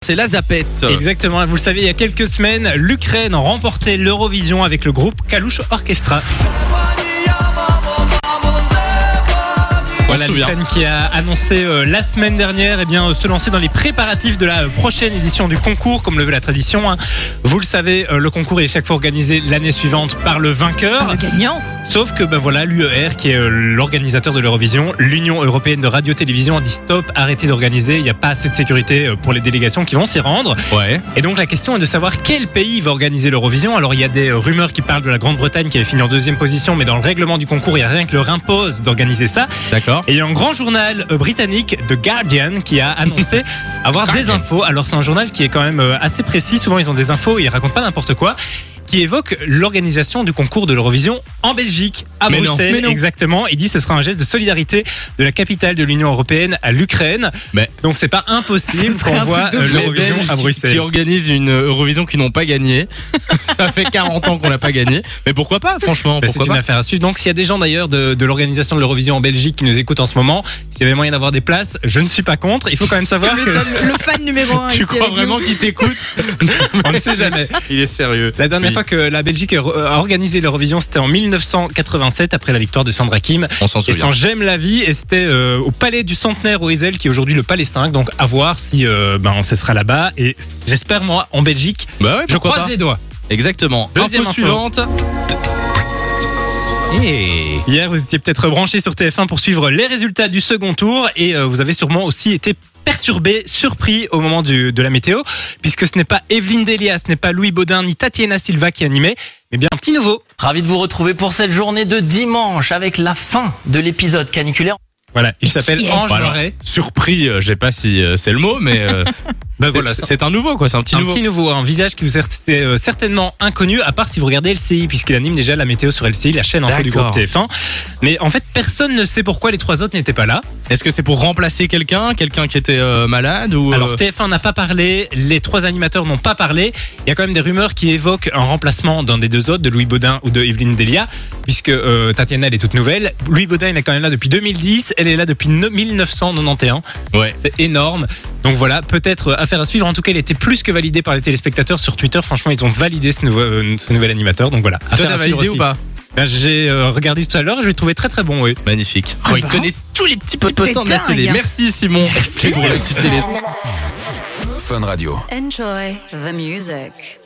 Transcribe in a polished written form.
c'est la Zapette. Exactement, vous le savez, il y a quelques semaines, l'Ukraine remportait l'Eurovision avec le groupe Kalush Orchestra. Voilà, l'Ukraine qui a annoncé la semaine dernière se lancer dans les préparatifs de la prochaine édition du concours, comme le veut la tradition. Vous le savez, le concours est chaque fois organisé l'année suivante par le vainqueur. Par le gagnant. Sauf que l'UER, qui est l'organisateur de l'Eurovision, l'Union Européenne de Radio-Télévision, a dit stop, arrêtez d'organiser, il n'y a pas assez de sécurité pour les délégations qui vont s'y rendre. Ouais. Et donc la question est de savoir quel pays va organiser l'Eurovision. Alors il y a des rumeurs qui parlent de la Grande-Bretagne qui avait fini en 2e position, mais dans le règlement du concours, il n'y a rien qui leur impose d'organiser ça. D'accord. Et il y a un grand journal britannique, The Guardian, qui a annoncé avoir des infos. Alors c'est un journal qui est quand même assez précis, souvent ils ont des infos et ils racontent pas n'importe quoi, qui évoque l'organisation du concours de l'Eurovision en Belgique, à Bruxelles. Exactement. Il dit que ce sera un geste de solidarité de la capitale de l'Union Européenne à l'Ukraine. Donc c'est pas impossible qu'on voit l'Eurovision à Bruxelles. Qui organise une Eurovision qu'ils n'ont pas gagnée. Ça fait 40 ans qu'on l'a pas gagnée. Mais pourquoi pas, franchement, c'est une affaire à suivre. Donc s'il y a des gens d'ailleurs de l'organisation de l'Eurovision en Belgique qui nous écoutent en ce moment, s'il y avait moyen d'avoir des places, je ne suis pas contre. Il faut quand même savoir que... Le fan numéro 1. Tu crois vraiment qu'il t'écoute? On ne sait jamais. Il est sérieux. La dernière fois que la Belgique a organisé l'Eurovision, c'était en 1987 après la victoire de Sandra Kim. On s'en souvient. Et sans J'aime la vie, et c'était au Palais du Centenaire au Heysel, qui est aujourd'hui le Palais 5. Donc à voir si ce sera là-bas. Et j'espère, moi, en Belgique, je croise les doigts. Exactement. Deuxième info suivante. Hier, vous étiez peut-être branchés sur TF1 pour suivre les résultats du second tour, et vous avez sûrement aussi été perturbé, surpris au moment de la météo, puisque ce n'est pas Evelyne Delia, ce n'est pas Louis Baudin ni Tatiana Silva qui animait, mais bien un petit nouveau. Ravi de vous retrouver pour cette journée de dimanche avec la fin de l'épisode caniculaire. Voilà, il s'appelle Ange Varé. Surpris, je sais pas si c'est le mot, mais c'est un nouveau, quoi. C'est un petit nouveau. Un petit nouveau, un visage qui vous est certainement inconnu, à part si vous regardez LCI, puisqu'il anime déjà la météo sur LCI, la chaîne info du groupe TF1. Mais en fait, personne ne sait pourquoi les 3 autres n'étaient pas là. Est-ce que c'est pour remplacer quelqu'un qui était malade ou Alors TF1 n'a pas parlé, les 3 animateurs n'ont pas parlé. Il y a quand même des rumeurs qui évoquent un remplacement d'un des 2 autres, de Louis Baudin ou de Evelyne Delia, puisque Tatiana, elle est toute nouvelle. Louis Baudin, il est quand même là depuis 2010. Elle est là depuis 1991. Ouais. C'est énorme. Donc voilà, peut-être affaire à suivre. En tout cas, il était plus que validé par les téléspectateurs sur Twitter. Franchement, ils ont validé ce nouvel animateur. Donc voilà. Toi, t'as validé ou pas? J'ai regardé tout à l'heure et je l'ai trouvé très très bon. Oui. Magnifique. Il connaît tous les petits potins de la télé. Merci Simon. Pour la petite télé. Fun Radio. Enjoy the music.